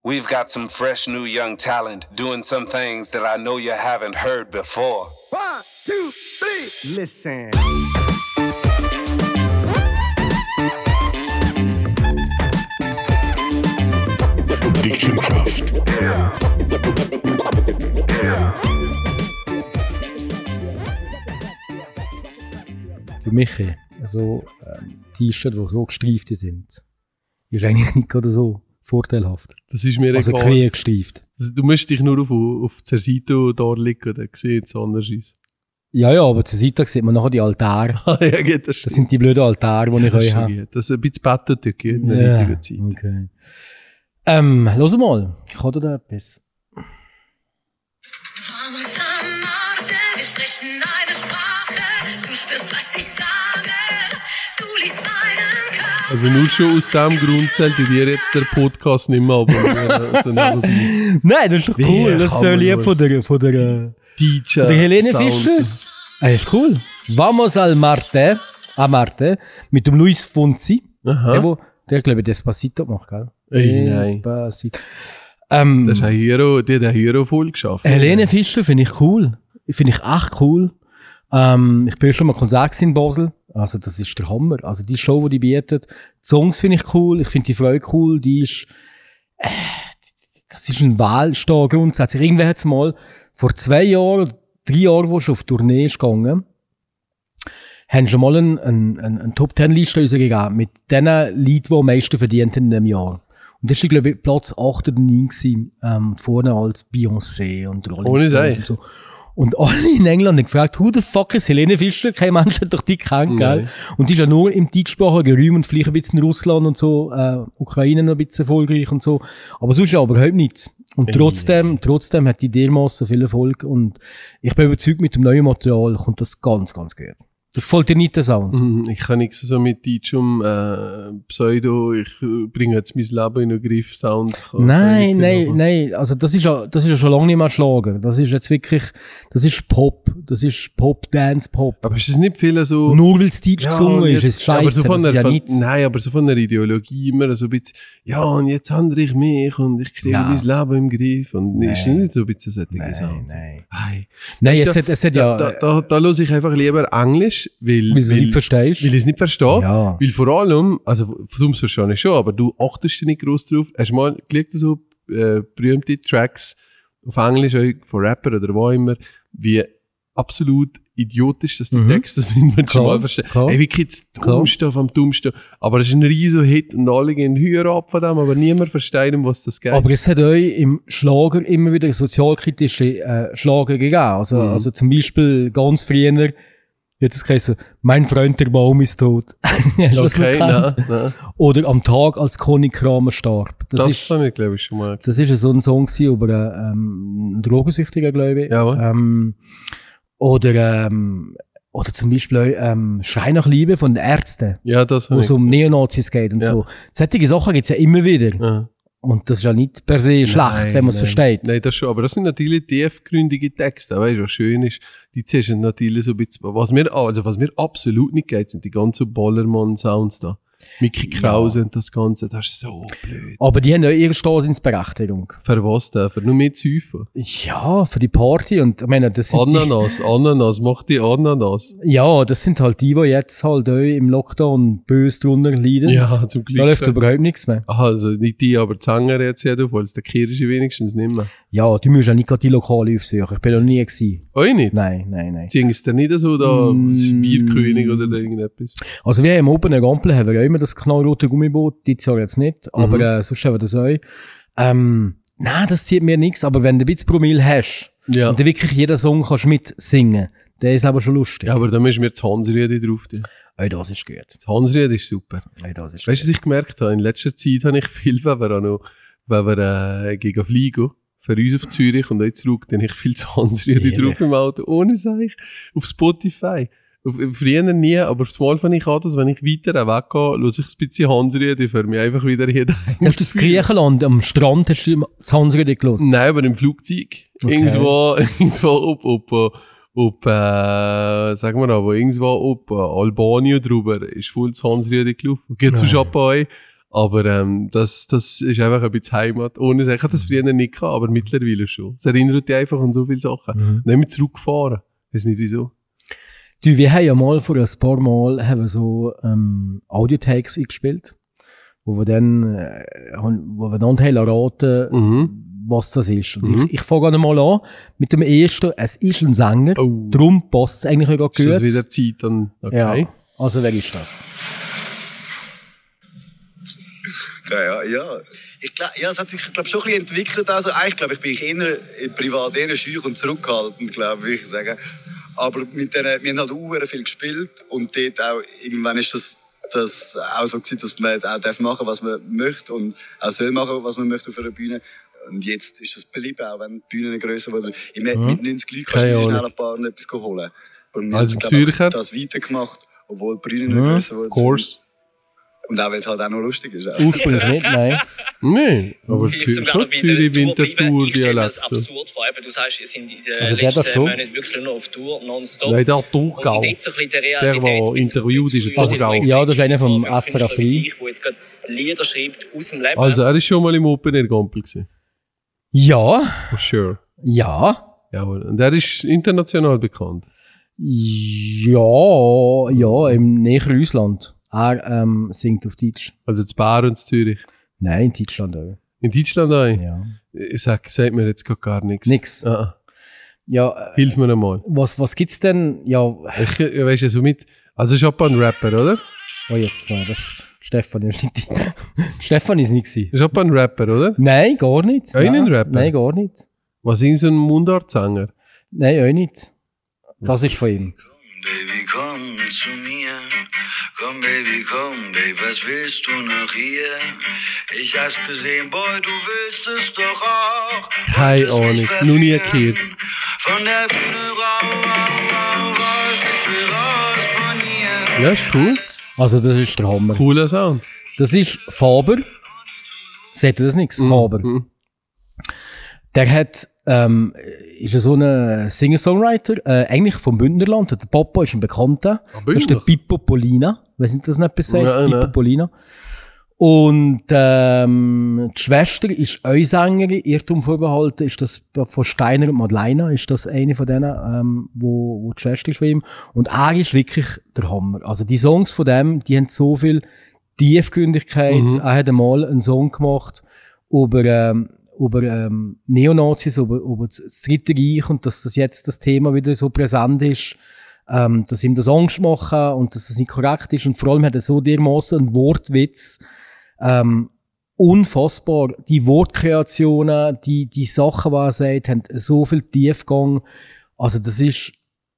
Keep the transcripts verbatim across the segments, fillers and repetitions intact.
We've got some fresh new young talent doing some things that I know you haven't heard before. One, two, three, listen. Addiction Craft. Yeah. Yeah. Du Michi, also ähm, T-Shirts, die so gestreift sind, ist eigentlich nicht gerade so vorteilhaft. Das ist mir also egal. quer gestreift. Das, du musst dich nur auf, auf der Seite da liegen, dann sieht es anders aus. Ja, ja, aber zur Seite sieht man nachher die Altare. ja, geht das. Das sind die blöden Altare, die ja, ich euch habe. Gut. Das ist ein bisschen Bettentück in der ja, heutigen Zeit. Okay. Ähm, los mal, ich habe da etwas. Wir sprechen eine Sprache, du spürst, was ich sage, du liest meinen Körper. Also nur schon aus diesem Grund zählt dir jetzt der Podcast nicht mehr ab. Also Nein, das ist doch cool, Wer das ist so kann lieb man von der, von der, äh, D J von der Helene Sounds. Fischer. Ah, ist cool. Vamos al Marte, a Marte, mit dem Luis Fonsi. Aha. Der, wo, der glaube ich, Despacito macht, gell? Ey, nein. Despacito. Ähm, Das ist ein Hero, die hat ein Hero voll geschafft. Helene Fischer finde ich cool. Finde ich echt cool. Ähm, ich bin schon mal Konzert in Basel. Also, das ist der Hammer. Also, die Show, die die bietet. Die Songs finde ich cool. Ich finde die Frau cool. Die ist, äh, das ist ein Wahlstar grundsätzlich. Irgendwer hat es mal vor zwei Jahren, drei Jahren, wo schon auf Tournee ist gegangen, haben schon mal eine ein, ein, ein Top-Ten-Liste rausgegeben mit den Liedern, die am meisten verdient haben in diesem Jahr. Und das war, glaube ich, Platz acht oder neun gewesen, ähm, vorne als Beyoncé und Rolling Ohne Stones und so. Und alle in England haben gefragt, who the fuck ist Helene Fischer? Kein Mensch hat doch die gekannt, gell? Und die ist ja nur im deutschsprachigen Raum und vielleicht ein bisschen in Russland und so, äh, Ukraine noch ein bisschen erfolgreich und so. Aber sonst ja überhaupt nichts. Und trotzdem, trotzdem hat die dermassen viel Erfolg und ich bin überzeugt, mit dem neuen Material kommt das ganz, ganz gut. Das gefällt dir nicht, der Sound? Mhm, ich kann nichts so mit Deutschem äh, Pseudo, ich äh, bringe jetzt mein Leben in den Griff, Sound. Nein, nein, nein, also das ist ja, das ist ja schon lange nicht mehr Schlager. Das ist jetzt wirklich, das ist Pop, das ist Pop, Dance, Pop. Aber ist es nicht viel so... Nur weil es Deutsch gesungen ist, ist aber scheiße, so von das der, ist ja von, nichts. Nein, aber so von der Ideologie immer so ein bisschen, ja, und jetzt handle ich mich und ich kriege Nein. mein Leben im Griff und Nein. ist nicht so ein bisschen solche Nein, Sounds. nein. Nein, Nein, Weißt es du, hat, es hat da, ja, da, da, da höre ich einfach lieber Englisch, weil, weil du es nicht verstehst. weil ich es nicht verstehe. Ja. Weil vor allem, also sonst verstehe ich schon, aber du achtest dich nicht gross drauf. Hast du mal geschaut, so äh, berühmte Tracks auf Englisch, auch von Rapper oder wo immer, wie absolut idiotisch dass die Mhm. Texte sind, wenn du schon Klar, mal verstehst. klar. Ey, wirklich das Dummste vom Dummsten. Aber es ist ein riesen Hit und alle gehen höher ab von dem, aber niemand versteht, um was das geht. Aber es hat euch im Schlager immer wieder sozialkritische äh, Schlager gegeben. Also, Mhm. also zum Beispiel ganz früher, jetzt es geheißen, mein Freund der Baum ist tot. Hast du das noch okay, gekannt? nein, nein. Oder am Tag, als Conny Kramer starb. Das, Das, ist, habe ich, glaube ich, schon mal. das ist so ein Song gewesen über einen ähm, Drogensüchtigen, glaube ich. Jawohl. Ähm, oder, ähm, oder zum Beispiel auch, ähm, Schrei nach Liebe von den Ärzten, Ja, das wo habe es ich. um Neonazis geht und Ja. so. Solche Sachen gibt es ja immer wieder. Ja. Und das ist ja nicht per se schlecht, Nein, wenn man es nein. versteht. Nein, das schon. Aber das sind natürlich tiefgründige Texte. Weißt du, was schön ist? Die zwischen natürlich so ein bisschen, was mir, also was mir absolut nicht geht, sind die ganzen Bollermann-Sounds da. Mickey Krause und das Ganze, das ist so blöd. Aber die haben ja ihre Stasinsberechtigung. Für was denn? Für nur mehr Zäufen? Ja, für die Party. Und ich meine, das sind Ananas, Ananas, mach die Ananas. die, ja, das sind halt die, die jetzt halt auch im Lockdown böse drunter leiden. Ja, zum Glück. Da läuft überhaupt nichts mehr. Aha, also nicht die, aber die Zanger jetzt jedenfalls, der Kirsche wenigstens nicht mehr. Ja, du musst ja nicht gerade die Lokale aufsuchen. Ich bin noch nie gewesen. Euch nicht? Nein, nein, nein. Ziehen es dir nicht so da, Mm. das Bierkönig oder da irgendetwas? Also wir haben oben in Gampel haben wir auch immer das knallrote Gummiboot, die zwar jetzt nicht, aber Mhm. äh, sonst haben wir das auch. Ähm, nein, das zieht mir nichts, aber wenn du ein bisschen Promille hast Ja. und du wirklich jeden Song kannst mitsingen, dann ist aber schon lustig. Ja, aber da müssen wir das Hansriede drauf tun. Auch das ist gut. Das Hansriede ist super. Auch das ist Weißt du, was ich gemerkt habe? In letzter Zeit habe ich viel, wenn wir, auch noch, wenn wir äh, gegen fliegen, für uns auf Zürich und auch zurück, dann habe ich viel zu Hansriede Ehrlich? drauf im Auto, ohne Seich, auf Spotify. Auf, früher nie, aber aufs Mal fange ich an, dass wenn ich weiter weggehe, höre ich ein bisschen Hansriede für mich einfach wieder hier daheim. Hast du das Griechenland am Strand hast du das Hansriede gehört? Nein, aber im Flugzeug. Okay. Irgendwo, irgendwo ob, ob, ob, äh, sagen wir aber, irgendwo ob äh, Albanien drüber ist voll das Hansriede gelaufen. Geht zu Ja. Chapai, Aber ähm, das, das ist einfach ein bisschen Heimat. Ohne ich habe das früher nicht gehabt, aber mittlerweile schon. Es erinnert dich einfach an so viele Sachen. Mhm. Nicht mehr zurückgefahren. Ich weiß nicht wieso. Du, wir haben ja mal vor ein paar Mal haben wir so ähm, Audio-Takes eingespielt, wo wir dann äh, wo wir dann haben raten, Mhm. was das ist. Und Mhm. ich, ich fange gerade mal an mit dem ersten. Es ist ein Sänger, Oh. darum passt es eigentlich auch Ist das gut. wieder Zeit? Dann, okay. Ja, also wer ist das? Ja, ja, ja. Ich glaub, ja, es hat sich glaub, schon ein bisschen entwickelt. Also, eigentlich glaube ich, bin ich eher privat eher scheu und zurückhaltend, glaube ich, sagen. Aber mit denen, wir haben halt auch viel gespielt und dort auch, irgendwann ist das, das auch so gewesen, dass man auch darf machen, was man möchte und auch soll machen, was man möchte auf einer Bühne. Und jetzt ist das beliebt, auch wenn die Bühnen grösser werden. Ich meine, mit neunzig Leuten kannst Keine du schnell Ahnung. ein paar etwas holen. Und wir Also haben, glaub, Zürcher? das weitergemacht, obwohl die Bühnen Mhm. grösser wurden. Course. Und auch, weil es halt auch noch lustig ist. Auch. Ursprünglich nicht, nein. Nein, aber Vielleicht Zü- zum schon Beispiel bei der Zürich Tour bleiben. Ich stelle mir das Winterthur-Dialekt. So. absurd vor. Eben, du sagst, ihr sind in den Also der das letzten schon? Monaten wirklich nur auf Tour, nonstop. Nein, der Und Thurgau. jetzt so ein bisschen der Der, Realitätsbezug der interviewt zu ist, uns, der die Thurgau. extrem Ja, das ist einer vom von einem S R F Künstler drei. wie ich, der jetzt gerade Lieder schreibt aus dem Leben. Also, er ist schon mal im Open Air Gampel gewesen. Ja, For sure. ja, Jawohl. Und er ist international bekannt. ja, ja, im näheren Ausland. Er ähm, singt auf Deutsch. Also, zu Bern und zu Zürich. Nein, in Deutschland auch. In Deutschland auch. Ja. Ich sag, sagt mir jetzt grad gar nichts. Nix. Ah, Ja, äh, hilf mir einmal. was, was gibt's denn? Ja, Ich, ich weiss ja so mit. Also, ist aber ein Rapper, oder? oh yes, nein, das Stefan ist nicht. Stefan ist nicht gewesen. Ist aber ein Rapper, oder? Nein, gar nicht. Auch nicht Nein, ein Rapper? Nein, gar nicht. Was ist so ein Mundartsänger? Nein, auch nicht. Das ist von ihm. Baby, komm zu mir. Komm, Baby, komm, Baby, was willst du noch hier? Ich hab's gesehen, Boy, du willst es doch auch. Keine Ahnung, noch nie gehört. Von der Bühne raus, raus, raus, ich will raus von hier. Ja, ist cool. Also, das ist der Hammer. Cooler Sound. Das ist Faber. Seht ihr das nichts? Faber. Mhm. Der hat, ähm, ist ja so ein Singer-Songwriter, äh, eigentlich vom Bündnerland. Der Papa ist ein Bekannter. Das ist der Bündner? Pippo Polina. Weiss nicht, ob das nicht etwas sagt. Nein, Pippo nein. Polina. Und, ähm, die Schwester ist auch Sängerin. Irrtum vorbehalten ist das von Steiner und Madeleine. Ist das eine von denen, ähm, wo, wo die Schwester ist von ihm. Und er ist wirklich der Hammer. Also, die Songs von dem, die haben so viel Tiefgründigkeit. Mhm. Er hat einmal einen Song gemacht über, ähm, über ähm, Neonazis, über, über das Dritte Reich und dass das jetzt das Thema wieder so präsent ist, ähm, dass ihm das Angst machen und dass das nicht korrekt ist und vor allem hat er so dermaßen einen Wortwitz, ähm, unfassbar. Die Wortkreationen, die, die Sachen, die er sagt, haben so viel Tiefgang. Also das ist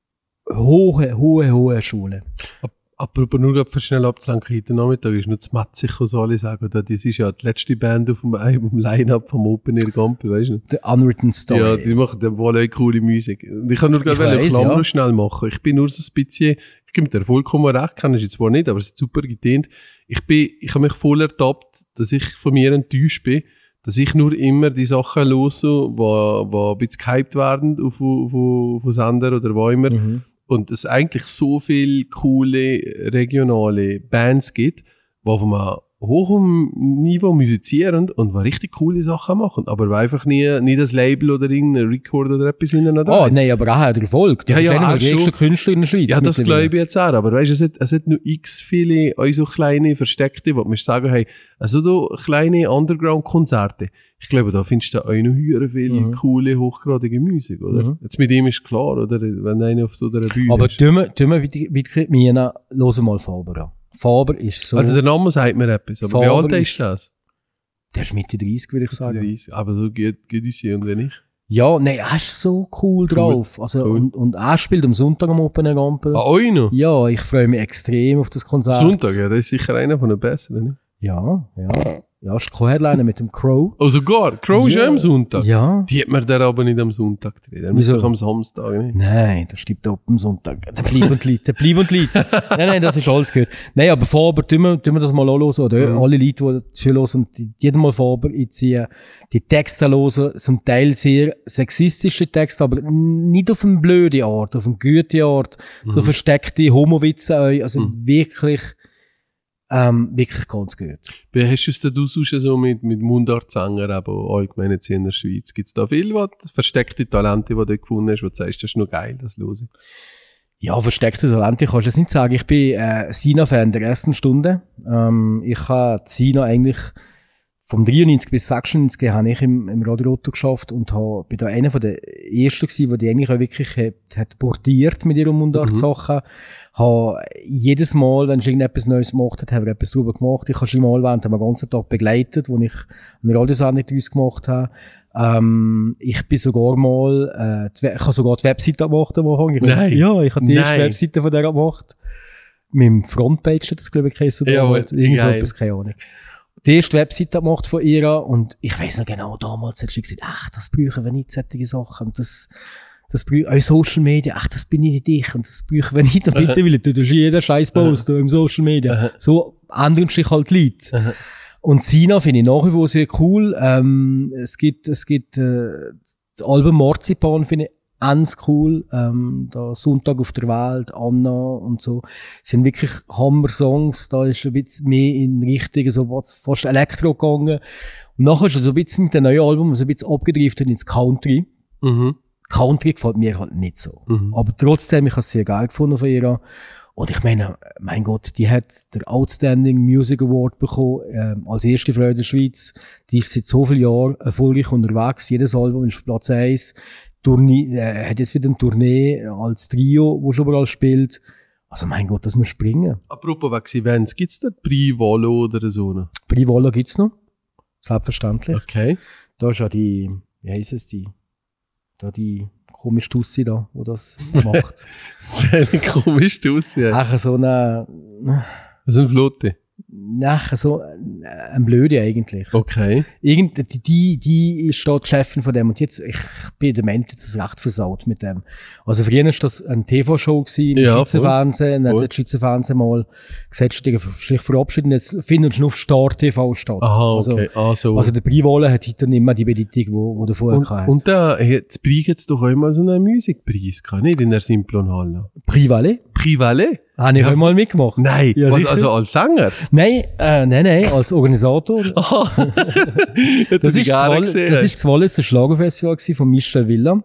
hohe, hohe, hohe Schule. Aber nur gerade für schnell abzulenken, heute Nachmittag ist noch zu Metzig, so alle sagen. Da, das ist ja die letzte Band auf dem, auf dem Line-Up vom Open Air Gampel, weißt du? The Unwritten Story. Ja, die machen dann wohl auch coole Musik. Und ich kann nur Ich gerade eine weiss, Klammer ja. schnell machen. Ich bin nur so ein bisschen, ich gebe dir vollkommen recht, kann ich jetzt zwar nicht, aber es ist super gedient. Ich bin, ich habe mich voll ertappt, dass ich von mir enttäuscht bin, dass ich nur immer die Sachen höre, die, die ein bisschen gehypt werden auf, auf, auf, auf Sender oder wo immer. Mhm. Und es eigentlich so viele coole regionale Bands gibt, die auf einem hohen Niveau musizieren und die richtig coole Sachen machen, aber die einfach nie, nie das Label oder irgendein Record oder etwas hinten Ah, da. nein, aber auch hat er Erfolg. Das Ja, ist ja, einer auch der größten schon. Künstler in der Schweiz. Ja, das mittlerweile. glaube ich jetzt auch, aber weißt, es hat, es hat noch x viele auch so kleine Versteckte, wo man sagen, hey, also so kleine Underground-Konzerte. Ich glaube, da findest du auch noch höher viel Mhm. coole, hochgradige Musik, oder? Mhm. Jetzt mit ihm ist klar, oder? Wenn einer auf so einer Bühne Aber ist. tun wir, tun wir wieder, wieder Mina, hören mal Faber an. Faber ist so, Also der Name sagt mir etwas, aber wie Faber alt ist ist- das? der ist Mitte dreißig, würde ich sagen. Aber so geht, geht uns und wenn nicht. Ja, nein, er ist so cool drauf. Also, Cool. Und, und er spielt am Sonntag am Open Air Gampel. Ah, euch noch? Ja, ich freue mich extrem auf das Konzert. Sonntag, ja, das ist sicher einer von den besseren. Nicht? Ja, ja. Ja, ist Co-Headliner mit dem Crow. Oh, sogar? Crow ist Ja. ja am Sonntag? Ja. Die hat man der aber nicht am Sonntag drin. Der Wieso? muss doch am Samstag, nicht? Nein, das stimmt ab am Sonntag. Der bleibt und liegt, der bleibt und liegt. Nein, nein, das ist alles gut. Nein, aber Faber, tun wir, tun wir das mal anhören, oder? Mhm. Alle Leute, die zuhören, die jeden Mal Faber einziehen, die Texte hören, zum Teil sehr sexistische Texte, aber nicht auf eine blöde Art, auf eine gute Art, so Mhm. versteckte Homo-Witze, auch. Also wirklich Ähm, wirklich ganz gut. Wie hast du es denn du sonst so mit, mit Mundartsängern, aber allgemein jetzt in der Schweiz? Gibt es da viel was, versteckte Talente, die du gefunden hast, wo du sagst, das ist noch geil, das höre ich? Ja, versteckte Talente kannst du das nicht sagen. Ich bin äh, Sina-Fan der ersten Stunde. Ähm, ich habe Sina eigentlich vom dreiundneunzig bis sechsundneunzig habe ich im, im Radio Otto geschafft und habe, bin da einer von den ersten gewesen, der die eigentlich auch wirklich hat, hat portiert mit ihren Mundart-Sachen. Mhm. Habe jedes Mal, wenn ich irgendetwas Neues gemacht habe, habe ich etwas drüber gemacht. Ich habe schon mal während einem ganzen Tag begleitet, wo ich eine Radiosendung daraus gemacht habe. Ähm, ich bin sogar mal, äh, die, ich habe sogar die Webseite gemacht am Anfang. Ich weiss, Nein. Ja, ich habe die erste Nein. Webseite von der gemacht. Mit dem Frontpage, das glaube ich, heisst Ja, damals. Irgend so geil. etwas, keine Ahnung. Die erste Webseite gemacht von ihr und ich weiss noch genau, damals hat sie gesagt, ach, das brauchen wir nicht, solche Sachen. Und das, das brauchen, auch Social Media, ach, das bin ich nicht und das brauchen wir nicht. Und mittlerweile, du tust jeden Scheiß Post im Social Media. Aha. So ändern sich halt die Leute. Aha. Und Sina finde ich nach wie vor sehr cool. Ähm, es gibt, es gibt, äh, das Album Marzipan finde ich ganz cool. Ähm, da Sonntag auf der Welt, Anna und so. Es sind wirklich Hammer-Songs. Da ist ein bisschen mehr in Richtung, so was, fast Elektro gegangen. Und nachher ist er so ein bisschen mit dem neuen Album so ein bisschen abgedriftet ins Country. Mhm. Country gefällt mir halt nicht so. Mhm. Aber trotzdem, ich habe es sehr geil gefunden von ihr. Und ich meine, mein Gott, die hat den Outstanding Music Award bekommen, ähm, als erste Frau in der Schweiz. Die ist seit so vielen Jahren erfolgreich unterwegs. Jedes Album ist auf Platz eins. Tournee, äh, hat jetzt wieder eine Tournee als Trio, wo schon überall spielt. Also mein Gott, das muss springen. Apropos wegen Events, gibt es da Prix Valo oder so noch? Prix Valo gibt's noch. Selbstverständlich. Okay. Da ist ja die, wie heisst es die? Da die komische Tussi da, die das macht. Wie komisch du aussiehst. Ach, so eine, Das sind Flotte. Ach, so ein Blöde eigentlich. Okay. Irgend, die, die, die ist da die Chefin von dem. Und jetzt, ich bin der Mensch, das ist recht versaut mit dem. Also früher war das eine T V-Show gewesen, im Ja, Schweizer voll. Fernsehen. Dann Voll. hat das Schweizer Fernsehen mal gesagt, dich schlicht verabschieden. Jetzt findet es nur auf Star T V statt. Aha, also, okay. Ah, so. also der Privole hat heute nicht mehr die Bedeutung, wo, wo der vorher und, hatte. und da hat Prix jetzt doch auch mal so einen Musikpreis gehabt, nicht in der Simplonhalle. Privale? Privale? Habe ich auch mal mitgemacht. Nein, Ja, was, sicher. also als Sänger? Nein, äh, nein, nein, als Organisator. Aha. Das ist das, Wall, das ist das Walliser Schlagerfestival gewesen von Michel Villa.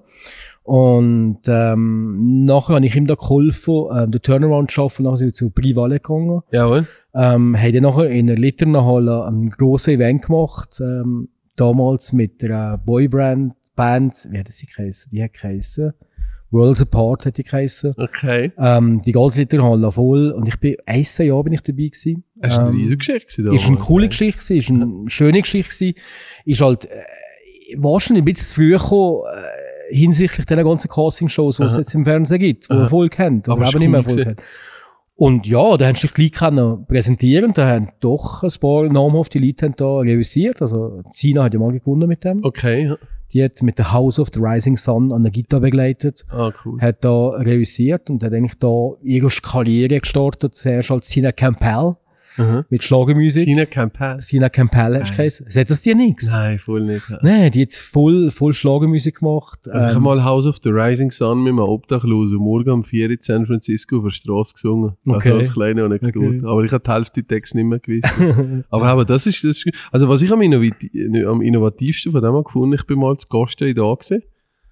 Und ähm, nachher habe ich ihm da geholfen, ähm, den Turnaround zu schaffen, nachher sind wir zu Privale gegangen. Jawohl. Ähm, haben dann nachher in der Litternhalle ein grosses Event gemacht, ähm, damals mit der Boyband, Band, wie hat sie geheissen? Die hat geheissen. Worlds Apart hat die geheissen. Okay. Ähm, die ganze Litternhalle voll. Und ich bin, ein Jahr bin ich dabei gewesen. Hast du eine Ähm, riesige Geschichte Ist eine coole Geschichte gewesen, ist eine schöne Geschichte gewesen. Ist halt, äh, wahrscheinlich ein bisschen zu früh gekommen, äh, hinsichtlich der ganzen Casting-Shows, die es Aha. jetzt im Fernsehen gibt, wo Aha. Erfolg haben, Aber oder ist eben nicht mehr cool Erfolg gewesen. haben. Und ja, da hast du dich gleich können präsentieren, da haben doch ein paar namhafte Leute haben da realisiert, also Sina hat ja mal gewonnen mit dem. Okay. Ja. Die hat mit der House of the Rising Sun an der Gitarre begleitet, Ah, cool. hat da realisiert und hat eigentlich da ihre Karriere gestartet, zuerst als Sina Campbell Aha. mit Schlagermusik. Sina Campbell. Sina Campbell hast du geheißen. Sagt das dir nichts? Nein, voll nicht. Ja. Nein, die hat voll, voll Schlagermusik gemacht. Also ich Ähm, habe mal House of the Rising Sun mit einem Obdachlosen morgen um vier in San Francisco auf der Straße gesungen. Okay. Also als kleine Anekdote. Okay. Aber ich habe die Hälfte Text nicht mehr gewusst. aber, aber das ist, das ist, also was ich am, innovat- am innovativsten von dem habe gefunden, ich bin mal zu Gast da gewesen.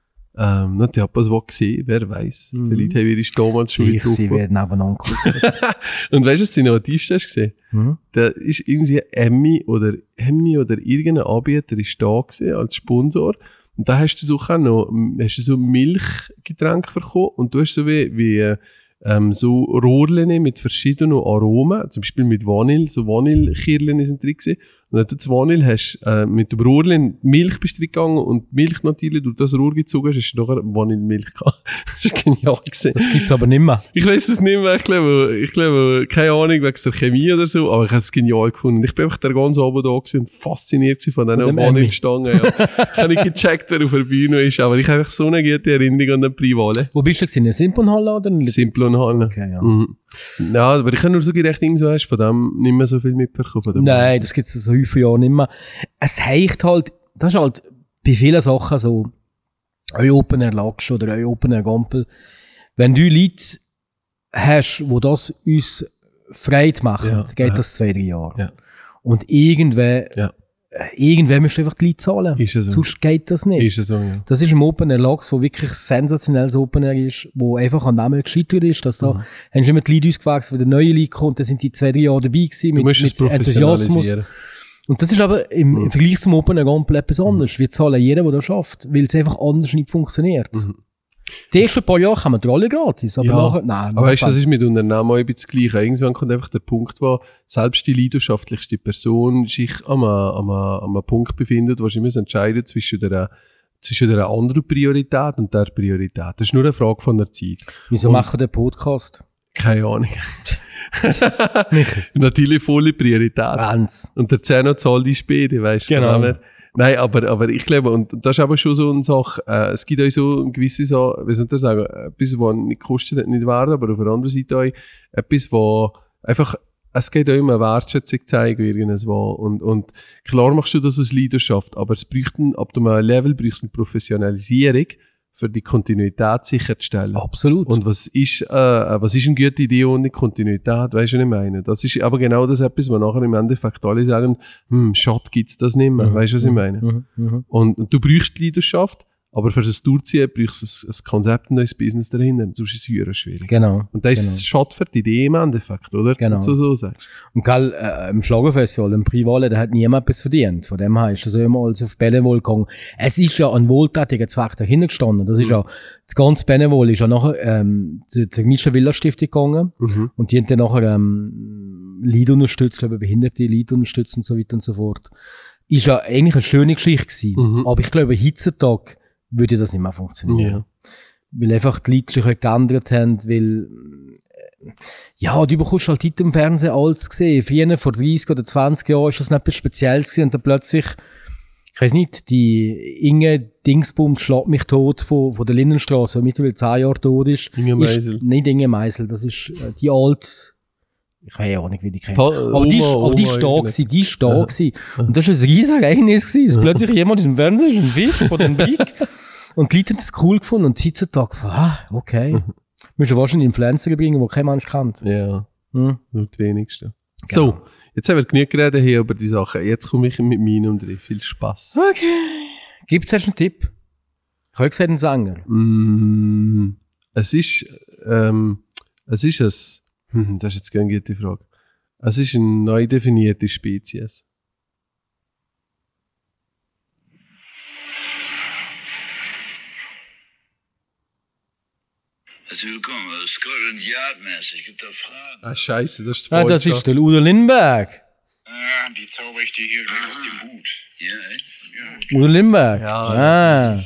Ähm, na, die hat was gesehen, wer weiß. Mhm. Vielleicht haben wir uns damals schon ich sie getroffen. werden nebeneinander geguckt. Und weißt du, was das innovativste hast du gesehen? Mhm. Da ist irgendwie Emmy oder Emmy oder irgendein Anbieter ist da gewesen als Sponsor. Und da hast du so auch noch, hast du so Milchgetränke bekommen und du hast so wie, wie ähm, so Rohrlen mit verschiedenen Aromen, zum Beispiel mit Vanille, so Vanillekirlen sind drin gewesen. Und wenn du das Vanille hast, äh, mit dem Rohrlen Milch bist du gegangen und die Milch natürlich durch das Rohr gezogen hast, hast du nachher Vanillemilch gehabt. Das ist genial gewesen. Das gibt's aber nicht mehr. Ich weiß es nicht mehr, ich glaube, ich glaube, keine Ahnung, wegen der Chemie oder so, aber ich habe es genial gefunden. Ich bin einfach den ganzen Abend da gewesen und fasziniert gewesen von Von diesen dem Emmy. Vanillestangen. Ja. Ich habe nicht gecheckt, wer auf der Bühne ist, aber ich habe einfach so eine gute Erinnerung an den Privale. Wo bist du gewesen? In der Simponhalle oder in der Simplonhalle. Okay, ja. Mhm. Ja, aber ich habe nur so gedacht, irgendwie so hast du von dem nicht mehr so viel mitbekommen. von dem Nein, Ganzen. das gibt's so viele Jahre nicht mehr. Es heicht halt, das ist halt bei vielen Sachen so, ein Open Air Lachs oder ein Open Air Gampel. Wenn du Leute hast, wo das uns Freude machen, Ja, geht ja. das zwei, drei Jahre. Ja. Und irgendwann, Ja. äh, irgendwann musst du einfach die Leute zahlen. Ist es so. Sonst geht das nicht. Ist es so, ja. Das ist im Open Air Lachs, wo wirklich ein sensationelles Open Air ist, wo einfach an Namen gescheitert ist, dass da, Mhm. haben schon immer die Leute ausgewachsen, wenn der neue Leute kommt, dann sind die zwei, drei Jahre dabei gewesen, Du mit, musst es mit Enthusiasmus. professionalisieren. Und das ist aber im, Mhm. im Vergleich zum Open Air komplett etwas anderes. Wir zahlen jeden, der das schafft, weil es einfach anders nicht funktioniert. Mhm. Die ersten paar Jahre haben wir die Rolle gratis, aber Ja. nachher, nein. Aber weißt du, das ist mit Unternehmen auch ein bisschen das Gleiche. Irgendwann kommt einfach der Punkt, wo selbst die leidenschaftlichste Person sich an einem, an einem, an einem Punkt befindet, wo sie muss entscheiden zwischen der, zwischen der anderen Priorität und der Priorität. Das ist nur eine Frage von der Zeit. Wieso Und- machen wir den Podcast? Keine Ahnung. Natürlich volle Priorität. Ganz. Und der Zehner zahlt die Späte, weißt du. Genau. Von dem her- Nein, aber, aber ich glaube, und das ist aber schon so eine Sache, äh, es gibt auch so eine gewisse Sache, wie soll ich das sagen, etwas, was nicht kostet, nicht wert, aber auf der anderen Seite auch etwas, wo einfach, es geht auch immer eine Wertschätzung zeigen, irgendwo. Und, und klar machst du das aus Leidenschaft, aber es braucht ein, ab einem Level braucht es eine Professionalisierung, für die Kontinuität sicherzustellen. Absolut. Und was ist, äh, was ist eine gute Idee ohne Kontinuität? Weißt du, was ich meine? Das ist aber genau das etwas, wo nachher im Endeffekt alle sagen, hm, schade gibt's das nicht mehr. Mhm. Weißt du, was ich meine? Mhm. Mhm. Und, und du brauchst die Leidenschaft, aber für das Durchziehen brauchst du ein, ein Konzept, ein neues Business dahinter. Sonst ist es höher schwierig. Genau. Und das ist genau. schade für die Idee im Endeffekt, oder? Genau. Wenn du so sagst. Und gell, äh, im Schlagerfestival, im Privale, da hat niemand etwas verdient. Von dem her ist das immer alles auf Benevol gegangen. Es ist ja ein wohltätiger Zweck dahinter gestanden. Das ist ja, das ganze Benevol ist ja nachher, ähm, zur, zur Mischa Villa Stiftung gegangen. Mhm. Und die haben dann nachher, ähm, Lied unterstützt, glaube ich, behinderte Lied unterstützt und so weiter und so fort. Ist ja eigentlich eine schöne Geschichte gewesen. Mhm. Aber ich glaube, heutzutage würde das nicht mehr funktionieren. Ja. Weil einfach die Leute sich halt geändert haben, weil, äh, ja, du bekommst halt heute im Fernsehen alles gesehen. Früher, vor dreißig oder zwanzig Jahren, ist das nicht etwas Spezielles gewesen und dann plötzlich, ich weiss nicht, die Inge Dingsbums schlägt mich tot von, von der Lindenstraße, die mittlerweile zehn Jahre tot ist. Inge ist Meisel. nicht Inge Meisel, das ist äh, die alte, ich weiß ja auch nicht, wie die kennst. Pa- Aber die ist, Oma, aber die ist Oma da eigentlich. gewesen, die ist da gewesen. Und das war ein riesiges Ereignis gewesen, dass plötzlich jemand im Fernsehen ist, ein Fisch von den Big. Und die Leute haben das cool gefunden und heutzutage, ah, okay. Müssen wir wahrscheinlich Influencer bringen, die kein Mensch kennt. Ja, Hm? nur die wenigsten. Genau. So, jetzt haben wir genug geredet hier über die Sachen. Jetzt komme ich mit meinem drin. Viel Spaß. Okay. Gibt es einen Tipp? Ich habe gesagt, einen Sänger. Mm, es ist, ähm, es ist ein, hm, das ist jetzt keine gute Frage. Es ist eine neu definierte Spezies. Also willkommen, aus Scotland Yard mäßig. Gibt da Fragen? Ah, Scheiße, das ist Ah, das ist der Udo Lindenberg. Ah, die zauber ich dir hier weg aus dem Hut. Ja, echt? Udo Lindenberg. Ja, Ah.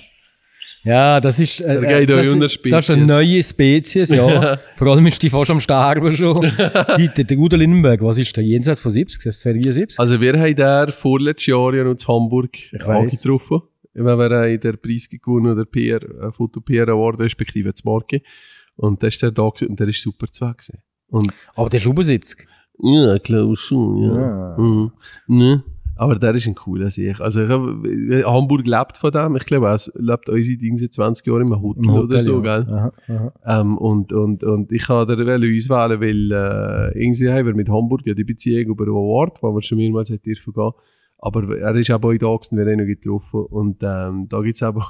Ja, das ist, äh, Der geht äh, auch das, in einer das ist eine Spezies. neue Spezies, ja. Vor allem ist die fast am Sterben schon. die, der, der Udo Lindenberg, was ist der? Jenseits von siebzig? Das wäre siebzig. Also wir haben den vorletztes Jahr ja noch in Hamburg weiss. angetroffen. Wir haben den Preis gewonnen, der P R, äh, Foto P R Award, respektive das Marke. Und der ist der da gewesen, und der ist super zu gewesen. Und Aber der ist über siebzig. ja, ich glaube schon, ja. Ja. Mhm. Ne? Aber der ist ein cooler Sieg. Also ich hab, Hamburg lebt von dem. Ich glaube, es lebt unsere Dinge seit zwanzig Jahren im Hotel, Im Hotel, oder so, ja. gell? Aha, aha. Ähm, und, und, und ich habe den auswählen, weil äh, irgendwie haben wir mit Hamburg ja die Beziehung über einen Award, wo wir schon mehrmals hat dürfen gehen. Aber er ist auch bei da gewesen, wir haben ihn noch getroffen. Und ähm, da gibt es aber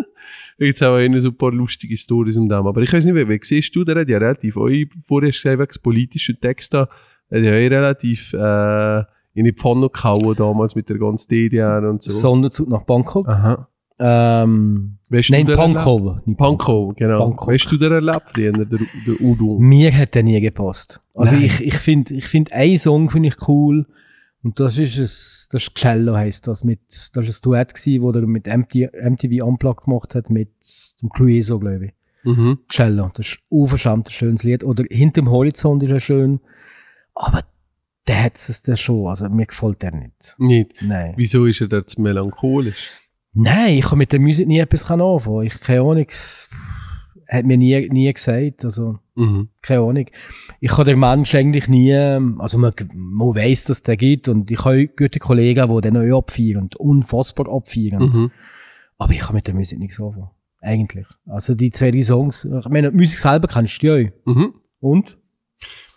da gibt's auch immer so ein paar lustige Storys um dem. Aber ich weiß nicht, wie, wie siehst du, der hat ja relativ, euch vorher gesagt, wegen politischen Texten, hat ja eh relativ äh, in die Pfanne gehauen damals mit der ganzen D D R und so. Sonderzug nach Bangkok. Aha. Ähm, Weißt nein, du den Pankow. erlebt? Pankow, genau. Bangkok. Weißt du, der erlebt früher, der, der Udo? Mir hat der nie gepasst. Also Nein. ich, ich finde, ich find, einen Song finde ich cool. Und das ist es, das ist Cello heisst das, mit, das ist ein Duett gewesen, wo er mit M T V Unplugged gemacht hat, mit dem Clueso, glaube ich. Mhm. Cello. Das ist unverschämt ein schönes Lied. Oder Hinterm Horizont ist ja schön. Aber der hat es das schon. Also mir gefällt der nicht. Nicht. Nein. Wieso ist er da zu melancholisch? Nein, ich kann mit der Musik nie etwas anfangen. Ich keine Ahnung. Es hat mir nie, nie gesagt. Also, Mhm. keine Ahnung. Ich kann den Mensch eigentlich nie, also man, man weiss, dass der gibt und ich habe gute Kollegen, die den auch abfeiern und unfassbar abfeiern. Mhm. Aber ich kann mit der Musik nichts anfangen. Eigentlich. Also die zwei, drei Songs, ich meine, die Musik selber kennst du ja auch. Mhm. Und?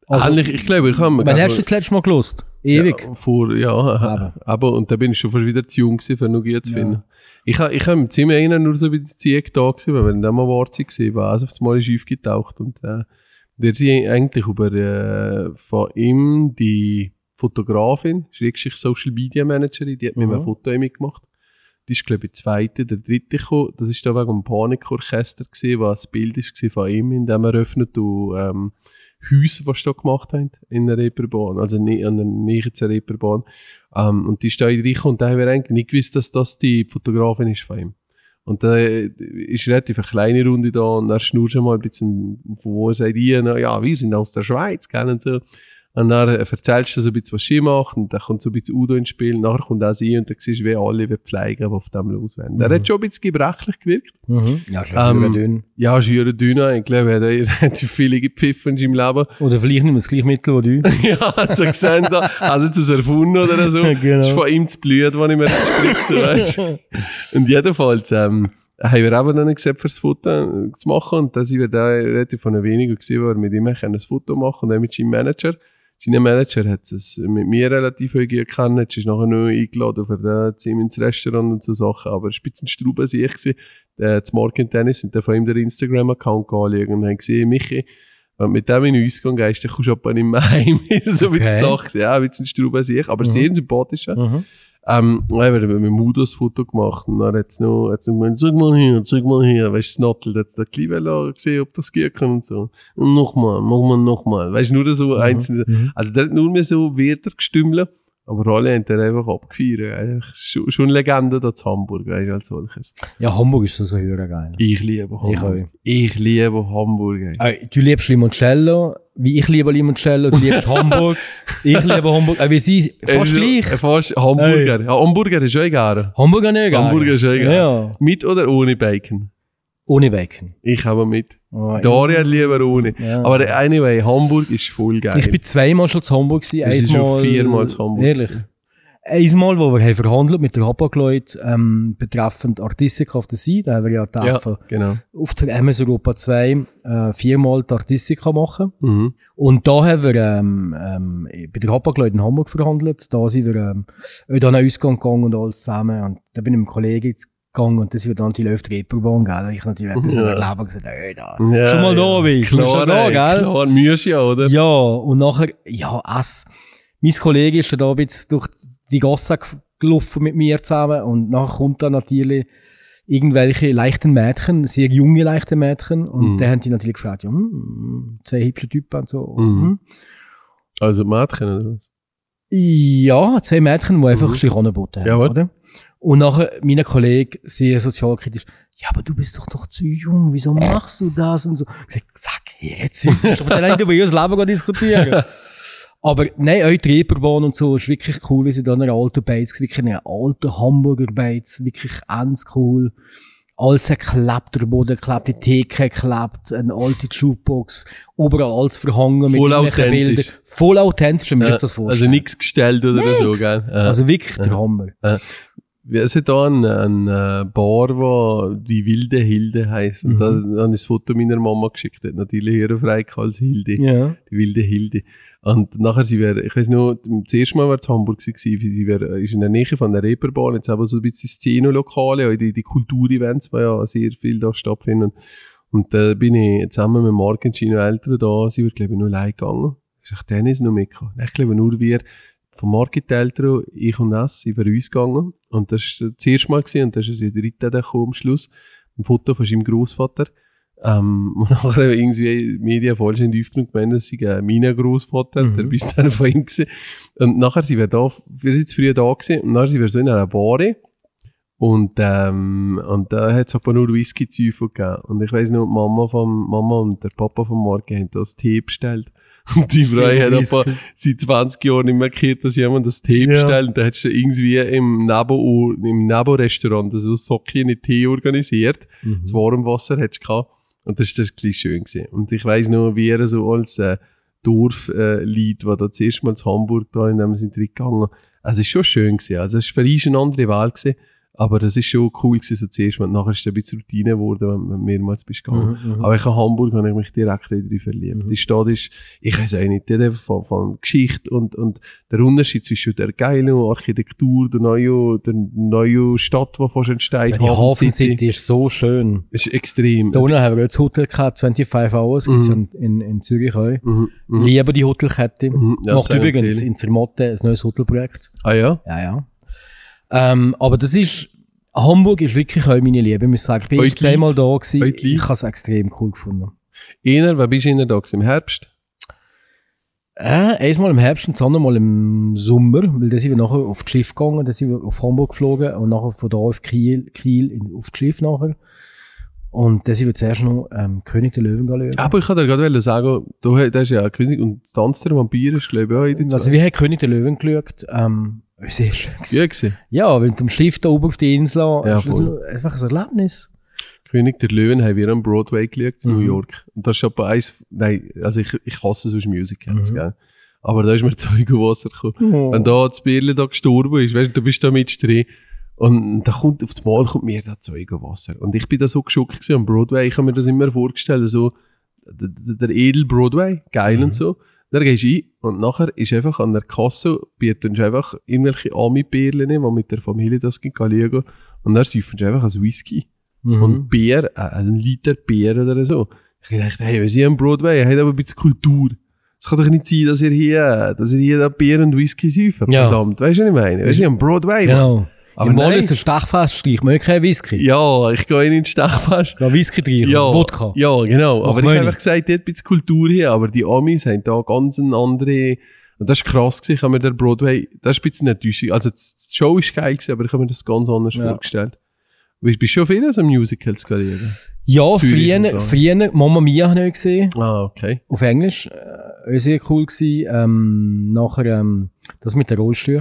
Also, Ähnlich, ich glaube, ich habe... wann hast du das letzte Mal gelost? Ewig? Ja, vor, ja, aber und da bin ich schon fast wieder zu jung gewesen, für noch gut zu finden. Ja. Ich habe ich hab im Zimmer einen nur so bei der Ziege da gewesen, weil wenn dann mal Wart war, war also auf das Mal schief getaucht und äh, der ist eigentlich über äh, von ihm die Fotografin, Schrägstrich Social Media Managerin, die hat mir mhm. ein Foto gemacht. Die ist, glaube ich, die zweite oder dritte gekommen. Das war da wegen dem Panikorchester gewesen, was ein Bild war von ihm, in dem er öffnet und ähm, Häuser, die sie da gemacht haben, in der Reeperbahn, also an der Nähe zur Reeperbahn. Um, und die ist da reingekommen und da haben wir eigentlich nicht gewusst, dass das die Fotografin ist von ihm. Und da ist relativ eine kleine Runde da und dann schnurrt schon mal ein bisschen, von wo er sagt, ja, wir sind aus der Schweiz, kennen so. Und dann erzählst du so ein bisschen, was sie macht und dann kommt so ein bisschen Udo ins Spiel, nachher kommt auch sie und dann siehst du, wie alle wie Pflege, die auf dem los werden. Mhm. Er hat schon ein bisschen gebrechlich gewirkt. Mhm. Ja, schön ähm, dünn. Ja, schön dünn. Ich glaube, er hat relativ viele gepfiffen in seinem Leben. Oder vielleicht nicht mehr das gleiche Mittel, wie du. Ja, so gesehen da. Also das erfunden oder so. Genau. Das ist von ihm das Blut, das ich mir jetzt spritze, weißt du. Und jedenfalls, ähm, haben wir eben dann gesagt, für das Foto zu machen und da sind wir da relativ von wenigen gesehen, wo wir mit ihm ein Foto machen und dann mit seinem Manager. Sein Manager hat es mit mir relativ gut gekannt, ist nachher noch eingeladen für den Team ins Restaurant und so Sachen, aber Spitzenstrube war ich gewesen. Das Morgan Tennis und dann von ihm den Instagram-Account anschauen und haben gesehen, Michi, wenn du mit dem in den Ausgang gehst, dann kommst du aber nicht mehr heim. So wie die Sache, ja, ein bisschen Strube sehe ich, aber mhm. sehr sympathisch. Mhm. Ähm, dann haben wir mit Mudo das Foto gemacht und dann hat es noch, hat's noch gemeint, sag mal hier, sag mal hier, weißt du, Snottel, hat es da gleich gesehen, ob das gehen kann und so. Und nochmal, machen wir nochmal, weißt du, nur so mhm. einzelne, mhm. also der hat nur mehr so Wörter gestümmelt, aber alle haben den einfach abgefeiert. Schon, schon Legende da zu Hamburg, weißt du, als solches. Ja, Hamburg ist so so höher geil. Ich liebe Hamburg. Ich, ich liebe Hamburg. Äh, du liebst Limoncello, wie ich liebe Limoncello, du liebst Hamburg, ich liebe Hamburg, äh, wie sie, fast also, gleich. Fast Hamburger. Hey. Ja, Hamburger ist auch gerne. Hamburger nicht gerne. Hamburger ist auch gerne. Ja. Mit oder ohne Bacon? Ohne Bacon. Ich aber mit. Oh, Daria lieber ohne. Ja. Aber anyway, Hamburg ist voll geil. Ich bin zweimal schon zu Hamburg gewesen. Ich bin schon viermal zu Hamburg. Ehrlich. Einmal, wo wir haben verhandelt mit der Hapag-Leute ähm, betreffend Artistica auf der See, da haben wir ja dürfen ja, genau. auf der M S Europa zwei äh, viermal die Artistica machen. Mhm. Und da haben wir ähm, ähm, bei der Hapag-Leute in Hamburg verhandelt. Da sind wir ähm, auch an einen Ausgang gegangen und alles zusammen. Und da bin ich mit einem Kollegen gegangen und das wird dann die Läuft Reeperbahn, gell? Ich natürlich etwas ja. erleben und gesagt, ey, da. Ja, schon mal da, wie? Klar, schon da, gell? Klar, mühst ja, oder? Ja, und nachher, ja, es. Mein Kollege ist da ein bisschen durch die Gasse gelaufen mit mir zusammen und nachher kommt da natürlich irgendwelche leichten Mädchen, sehr junge leichte Mädchen und mhm. dann haben die natürlich gefragt, ja, hm, zwei hübsche Typen und so. Mhm. Also Mädchen oder was? Ja, zwei Mädchen, die einfach mhm. sich angeboten haben, ja, oder? Und nachher mein Kollege, sehr sozialkritisch, ja, aber du bist doch noch zu jung, wieso machst du das? Und so. Ich sag, sag, hier jetzt, aber dann nicht über ihr Leben diskutieren. Aber nein, auch die Reeperbahn und so ist wirklich cool, wie sie da in einer alten Beiz, wirklich in einer alten Hamburger Beiz, wirklich ganz cool. Alles geklebt, der Boden geklebt, die Theke geklebt, eine alte Jukebox, überall alles verhangen voll mit irgendwelchen Bildern. Voll authentisch, wenn man ja, sich das vorstellt. Also nichts gestellt oder nix. so, gell? Ja. Also wirklich der Hammer. Ja. Es hat da eine, eine Bar, die die Wilde Hilde heisst. Und mhm. da habe ich das Foto meiner Mama geschickt. Die hat natürlich ihre Freik als Hilde. Ja. Die Wilde Hilde. Und nachher, sie wäre, ich weiß noch, das erste Mal war es Hamburg gewesen, sie wäre, ist in der Nähe von der Reeperbahn, jetzt aber so ein bisschen Szene-Lokale, die, die Kulturevents, die ja sehr viel da stattfinden. Und da äh, bin ich zusammen mit Mark und Gino Eltern da, sie wird, glaube ich, nur allein gegangen. Das ist echt Dennis noch mitgekommen. Ich glaube, nur wir, von Mark und Eltern, ich und es, sind für uns gegangen. Und das war das erste Mal gewesen, und das ist der dritte Tag am Schluss, ein Foto von seinem Großvater. Ähm, und nachher irgendwie Medien falsch in die Aufnahme gemeint, das sei äh, mein Großvater, mhm. der bist dann von ihm gewesen. Und nachher sind wir da, wir sind jetzt früher da gewesen, und nachher sind wir so in einer Bar. Und, ähm, und da hat es aber nur Whisky-Zeug gegeben. Und ich weiss noch, Mama, vom, Mama und der Papa von Marc haben das Tee bestellt. Und die Frau ja, hat aber seit zwanzig Jahren nicht mehr gehört, dass jemand das Tee ja. bestellt. Und da hat sie irgendwie im Nebo, im Nebo-Restaurant also so einen Tee organisiert. Mhm. Das Warmwasser hat sie gehabt. Und das war das ein schön gewesen. Und ich weiss noch, wie er so als äh, Dorflied, äh, war da zuerst mal in Hamburg da, in dem sind wir gegangen. Also es war schon schön gewesen. Also es war für uns eine andere Welt gewesen. Aber das ist schon cool gewesen, so zuerst. Und nachher ist es ein bisschen Routine geworden, wenn du mehrmals bist gegangen. Mhm, Aber ich in Hamburg habe ich mich direkt wieder verliebt. Mhm. Die Stadt ist, ich weiß auch nicht, die hat einfach von, von Geschichte und, und der Unterschied zwischen der geilen Architektur, der neuen, der neuen Stadt, die fast entsteht. Ja, die Hafen City ist so schön. Ist extrem. Da unten haben wir jetzt Hotel gehabt, zweiundzwanzig Hours, Mhm. in, in, in Zürich auch. Mhm. Mhm. Liebe die Hotelkette. Mhm. Ja, Macht sehr übrigens empfehlen. in Zermatt ein neues Hotelprojekt. Ah ja? Ja, ja. Ähm, aber das ist, Hamburg ist wirklich auch meine Liebe. Ich muss sagen, ich bin Heute jetzt zweimal Lied. da gewesen. Heute Lied. Ich habe es extrem cool gefunden. Einer, wer bist du einer da gewesen? Im Herbst? Äh, einmal im Herbst und das andere Mal im Sommer, weil dann sind wir nachher auf das Schiff gegangen, dann sind wir auf Hamburg geflogen und nachher von da auf Kiel, Kiel in, auf das Schiff nachher. Und dann sind wir zuerst noch ähm, König der Löwen schauen. Aber ich kann dir gerade sagen, du, da ist ja König und Tanz der Vampire, ist glaube ich auch in den Also wir haben König der Löwen geschaut, ähm, sehr schön gewesen. Ja, gewesen. Ja, wenn du am Schiff da oben auf die Insel, Ja, ist voll. einfach ein Erlebnis. König der Löwen haben wir am Broadway geschaut, in Mhm. New York. Und das ist aber eins, nein, also ich, ich hasse sonst Musicals, Mhm. gell. Aber da ist mir Zeugenwasser gekommen. Oh. Wenn da das Bärli da gestorben ist, weißt du, du bist da mit drin. Und da kommt, auf das Mal kommt mir da Zeugenwasser. Und ich bin da so geschockt gewesen am Broadway. Ich habe mir das immer vorgestellt, so, der, der, der edel Broadway, geil und so. Dann gehst du ein und nachher ist einfach an der Kasse, bietet einfach irgendwelche Ami-Bärli, die mit der Familie das gehen schauen. Und dann säufen sie einfach ein Whisky. Mhm. Und Bier, äh, also ein Liter Bier oder so. Ich dachte, hey, wir sind am Broadway, ihr habt aber ein bisschen Kultur. Es kann doch nicht sein, dass ihr hier, dass ihr hier da Bier und Whisky säuft. Ja. Verdammt, weißt du, was ich meine? Wir sind am Broadway. Mann. Genau. Aber Im nein. Wallis ein Stechfest, ich möchte keinen Whisky. Ja, ich gehe in den Stechfest. Da Whisky trinken, Ja, Wodka. ja, genau. Mach aber ich meine. habe einfach gesagt, dort ein bisschen Kultur hier, aber die Amis haben da ganz eine andere, und das ist krass gewesen, ich habe mir der Broadway, das ist ein bisschen enttäuschend. Also die Show ist geil gewesen, aber ich habe mir das ganz anders Ja. vorgestellt. Du bist schon viel so Musicals gegangen? Ja, Zürich und früher, da. früher, Mamma Mia habe ich gesehen, Ah, okay. auf Englisch, äh, sehr cool gewesen. Ähm, nachher, ähm, das mit der Rollstuhl.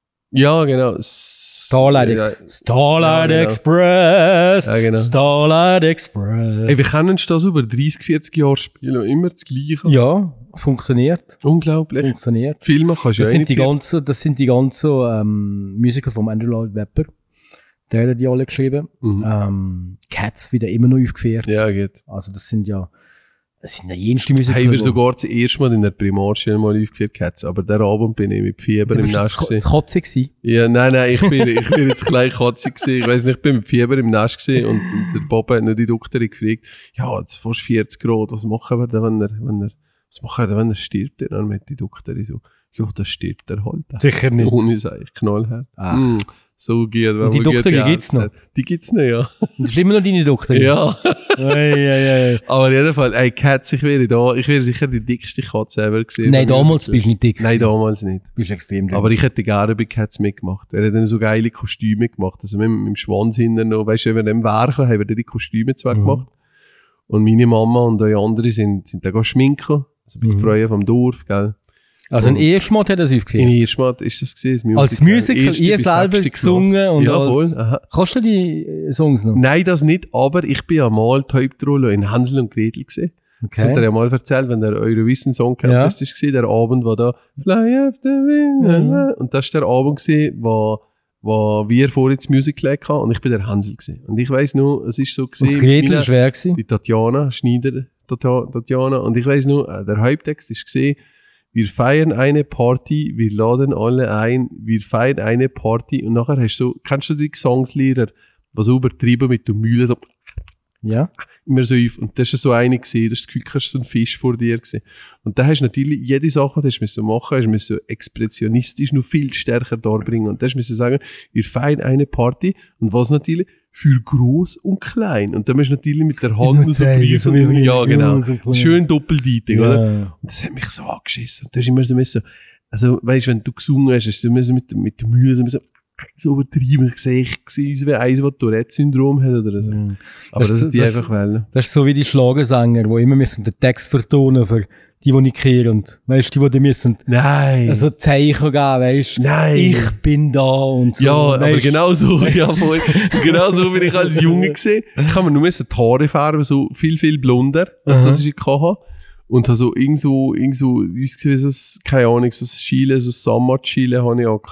Ja, genau. Starlight, ja, Ex- Starlight Ja, genau. Express. Ja, genau. Starlight Express. Ey, wir können das über dreißig, vierzig Jahre spielen und immer das Gleiche. Ja, funktioniert. Unglaublich. Funktioniert. Filme kannst du Das ja sind die nicht ganzen, das sind die ganzen ähm, Musical vom Andrew Lloyd Webber. Der hat die alle geschrieben. Mhm. Ähm, Cats wieder immer noch aufgeführt. Ja, geht. Also das sind ja, das sind ja jenste Musical. Haben wir wo- sogar das erste Mal in der Primarschule mal aufgeführt gehabt, aber der Abend bin ich mit Fieber Du im bist Nest das gewesen. Kotze gewesen. Ja, nein, nein, ich bin, ich bin jetzt gleich Katze gewesen. Ich weiss nicht, ich bin mit Fieber im Nest gewesen und, und der Papa hat nur die Doktorin gefragt, ja, jetzt fast vierzig Grad, was machen wir denn, wenn er, wenn er, was machen wir denn, wenn er stirbt? Und dann mit die Doktorin so, ja, dann stirbt er halt. Sicher nicht. Ohne Sei, knallhart. Ach. Mm, so geht, wenn Und die man gut Doktorin gehetzt gibt's noch? hat. Die gibt's noch, ja. Das ist immer noch deine Doktorin. Ja. Ei, ei, ei. Aber in jedem Fall, ey, Cats, ich wäre da, ich wäre sicher die dickste Katze ever gesehen. Nein, damals bist du nicht dick. Nein, gewesen. damals nicht. Du bist extrem dick. Aber ich hätte gerne bei Cats mitgemacht. Er hat dann so geile Kostüme gemacht. Also mit, mit dem Schwanz hinten noch, weißt du, wenn wir dem Werken haben wir dann die Kostüme zwar Mhm. gemacht. Und meine Mama und die andere sind, sind dann schminken. Also ein bisschen Mhm. Freuen vom Dorf, gell. Also ein Erstmal hat er das In aufgeführt. Irschmat ist das gesehen, Als Musical, Erste ihr bis selber sechste gesungen Klasse. und ja, als... voll. Aha. Kannst du die äh, Songs noch? Nein, das nicht, aber ich bin ja mal die Hauptrolle in Hänsel und Gretel gesehen. Das hat er Okay. ja mal erzählt, wenn der Eurovision Song Ja. Contest ist gewesen, der Abend war da Fly after wind. Und das war der Abend gewesen, wo, wo wir vorhin das Musical hatten und ich bin der Hänsel gewesen. Und ich weiss nur, es ist so Und gewesen, das Gretel meine- war wer gewesen? die Tatjana Schneider, Tata- Tatjana. Und ich weiss nur, äh, der Haupttext ist gesehen, wir feiern eine Party, wir laden alle ein, wir feiern eine Party. Und nachher hast du so, kennst du die Gesangslehrer, was so übertrieben mit der Mühle, so Ja. immer so auf. Und das war so eine gesehen, das ist das Gefühl, du hast so ein Fisch vor dir gesehen. Und da hast du natürlich jede Sache, die du so machen musst, musst du expressionistisch noch viel stärker darbringen. Und das musst du sagen, wir feiern eine Party. Und was natürlich? Für groß und klein. Und da musst du natürlich mit der Hand so zeigen, prüfen. so wie Ja, genau. groß und klein. Schön doppeldeutig, oder? Ja. Und das hat mich so angeschissen. Und da ist immer so, müssen, also, weißt du, wenn du gesungen hast, hast du müssen mit, mit der Mühle so, so übertrieben. Ich sehe, ich sehe uns wie eins, das Tourette-Syndrom hat oder so. Mhm. Aber Das- das, ist die das- einfach wollen. Das ist so wie die Schlagersänger, die immer müssen den Text vertonen für die, die nicht kehren. Weißt du, die, die müssen Nein. also Zeichen geben, weißt du? Nein. Ich bin da und so. Ja, aber weisst du? genau so, ja, voll. Genau so bin ich als Junge gesehen. Ich habe mir nur müssen die Haare färben, so viel, viel blonder, als Aha. das ich hatte. Und habe so irgend so, irgend so, wie so, keine Ahnung, so ein Schiele, so ein Sammat-Schiele habe ich auch gehabt.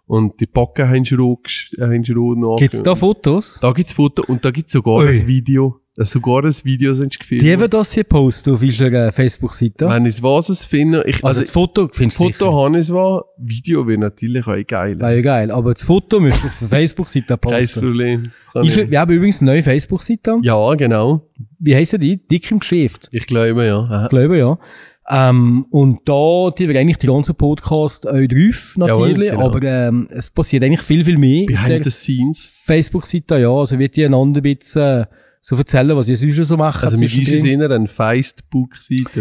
Und die Backen haben schroh, haben schroh nach. Gibt es da Fotos? Da gibt es Fotos und da gibt es sogar Ui. ein Video. Sogar ein Video sind gefilmt. Die haben das hier posten auf unserer Facebook-Seite. Wenn ich es was finde, ich, Also, also das Foto findest du Foto sicher. habe ich es war, Video wäre natürlich auch geil. Wäre ja geil. Aber das Foto müsst ihr auf der Facebook-Seite Kein posten. Problem. Das kann Ich, ich. wir haben übrigens eine neue Facebook-Seite. Ja, genau. Wie heissen die? Dick im Geschäft. Ich glaube, ja. Ich Aha. glaube, ja. Ähm, und da, die wir eigentlich die ganzen Podcast auch drauf, natürlich. Jawohl, genau. Aber ähm, es passiert eigentlich viel, viel mehr auf Behind der the scenes. Facebook-Seite. Ja, also wird die einander ein bisschen äh, so erzählen, was ihr sonst so macht. Also mit uns zwischendrin. ist eher eine Facebook-Seite.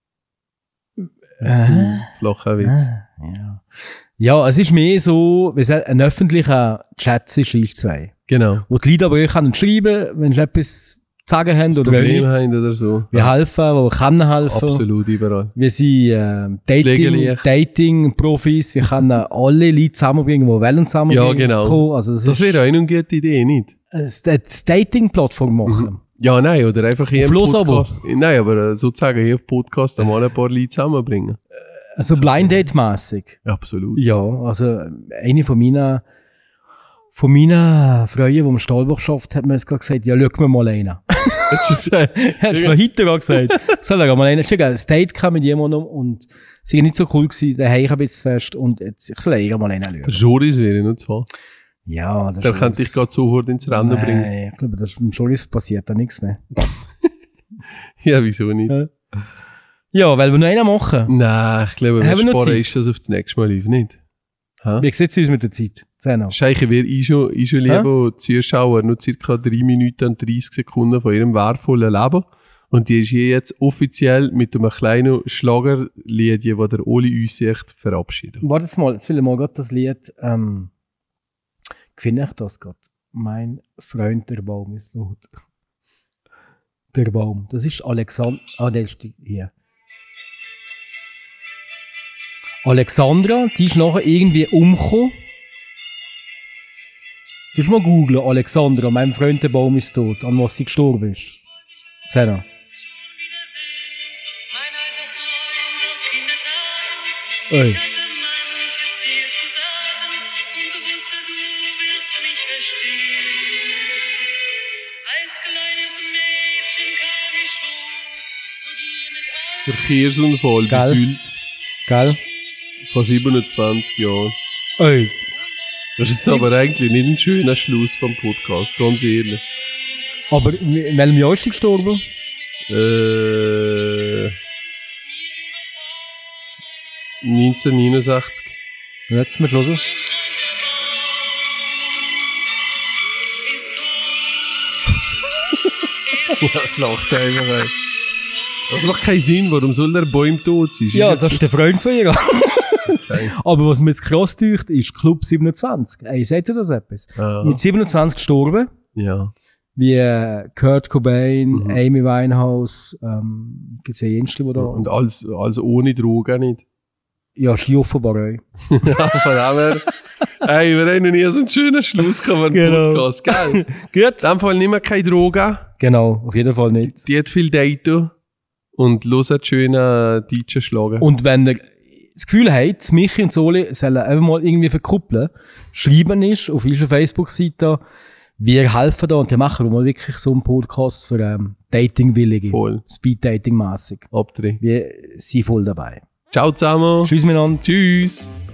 Äh, Flacher Witz. ja. ja, es ist mehr so, wie gesagt, ein öffentlicher Chat zwischen uns zwei. Genau. Wo die Leute aber euch können schreiben, wenn sie etwas zu sagen haben Das oder auch Problem nichts. haben oder so. Wir helfen, wo wir können helfen. Absolut, überall. Wir sind äh, Dating, Pflegeleicht. Dating-Profis. Wir können alle Leute zusammenbringen, die wollen zusammenbringen. Ja, genau. kommen. Also das Das ist wäre auch eine gute Idee, nicht? eine Dating-Plattform machen. Ja, nein, oder einfach hier Auf im Los-Abo. Podcast. Nein, aber äh, sozusagen hier im Podcast einmal ein paar Leute zusammenbringen. Also Blind Date-mässig. Absolut. Ja, also eine von meinen von meinen Freunden, die im Stahlbach schafft, hat mir jetzt gerade gesagt, ja, schau mir mal rein. Hättest du gesagt? Hättest du mir heute gerade gesagt. Soll er mal rein. Ich habe ein Date gehabt mit jemandem und es war nicht so cool gewesen, der Heich ein bisschen fest und jetzt, ich soll eher mal Der reinschauen. Joris wäre nicht so. Ja, das Der ist könnte dich gerade sofort ins Rennen bringen. Nein, ich glaube, das im Joris passiert da nichts mehr. Ja, wieso nicht? Ja. Ja, weil wir noch einen machen. Nein, ich glaube, Haben wir wir noch sparen Zeit? ist das auf das nächste Mal live, nicht? Ha? Wie sieht es aus mit der Zeit? Zehn Uhr. Scheiche, wäre ich schon, ich schon lieber Zuschauer nur circa drei Minuten und dreißig Sekunden von ihrem wertvollen Leben. Und die ist hier jetzt offiziell mit einem kleinen Schlagerlied, das der Oli uns echt verabschiedet. Warte jetzt mal, jetzt will ich mal gerade das Lied, ähm, finde ich das gerade? Mein Freund, der Baum ist tot. Der Baum. Das ist Alexander, ah, der ist die- hier. Alexandra, die ist nachher irgendwie umgekommen. Du musst mal googlen, Alexandra, mein Freund, der Baum ist tot, an was sie gestorben ist. Zehner. Mein alter Freund aus Kindertagen. Ey. Ich hatte manches dir zu sagen und wusste, du wirst mich verstehen. Als kleines Mädchen kam ich schon zu dir mit all Verkehrsunfall bei Gell? Sylt Gell? vor siebenundzwanzig Jahren. Ey. Das ist aber eigentlich nicht ein schöner Schluss vom Podcast, ganz ehrlich. Aber in welchem Jahr ist sie gestorben? Äh, neunzehnhundertneunundsechzig. Jetzt mal hören. Das lacht einfach, ey. Das macht keinen Sinn, warum soll der Baum tot sein? Ja, das ist der Freund von ihr. Okay. Aber was mir jetzt krass täuscht, ist Club siebenundzwanzig. Ey, seht ihr das etwas? Ah. Mit siebenundzwanzig gestorben, Ja. wie äh, Kurt Cobain, Mhm. Amy Winehouse, ähm, gibt's ja jenste, wo da... Und als, als ohne Drogen auch nicht. Ja, Ski offenbar auch. Ja, von dem her. Ey, wir haben noch nie so einen schönen Schluss gehabt im Genau. Podcast, gell? Gut. In dem Fall nicht mehr keine Drogen. Genau, auf jeden Fall nicht. Die hat viel Daten. Und hört schöne D J schlagen. Und wenn ihr das Gefühl habt, Michi und Soli sollen einfach mal irgendwie verkuppeln, schreiben ist auf unserer Facebook-Seite, wir helfen da und wir machen mal wirklich so einen Podcast für ähm, Dating-Willige. Voll. Speed-Dating-mässig. Abdrehen. Wir sind voll dabei. Ciao zusammen. Tschüss miteinander. Tschüss.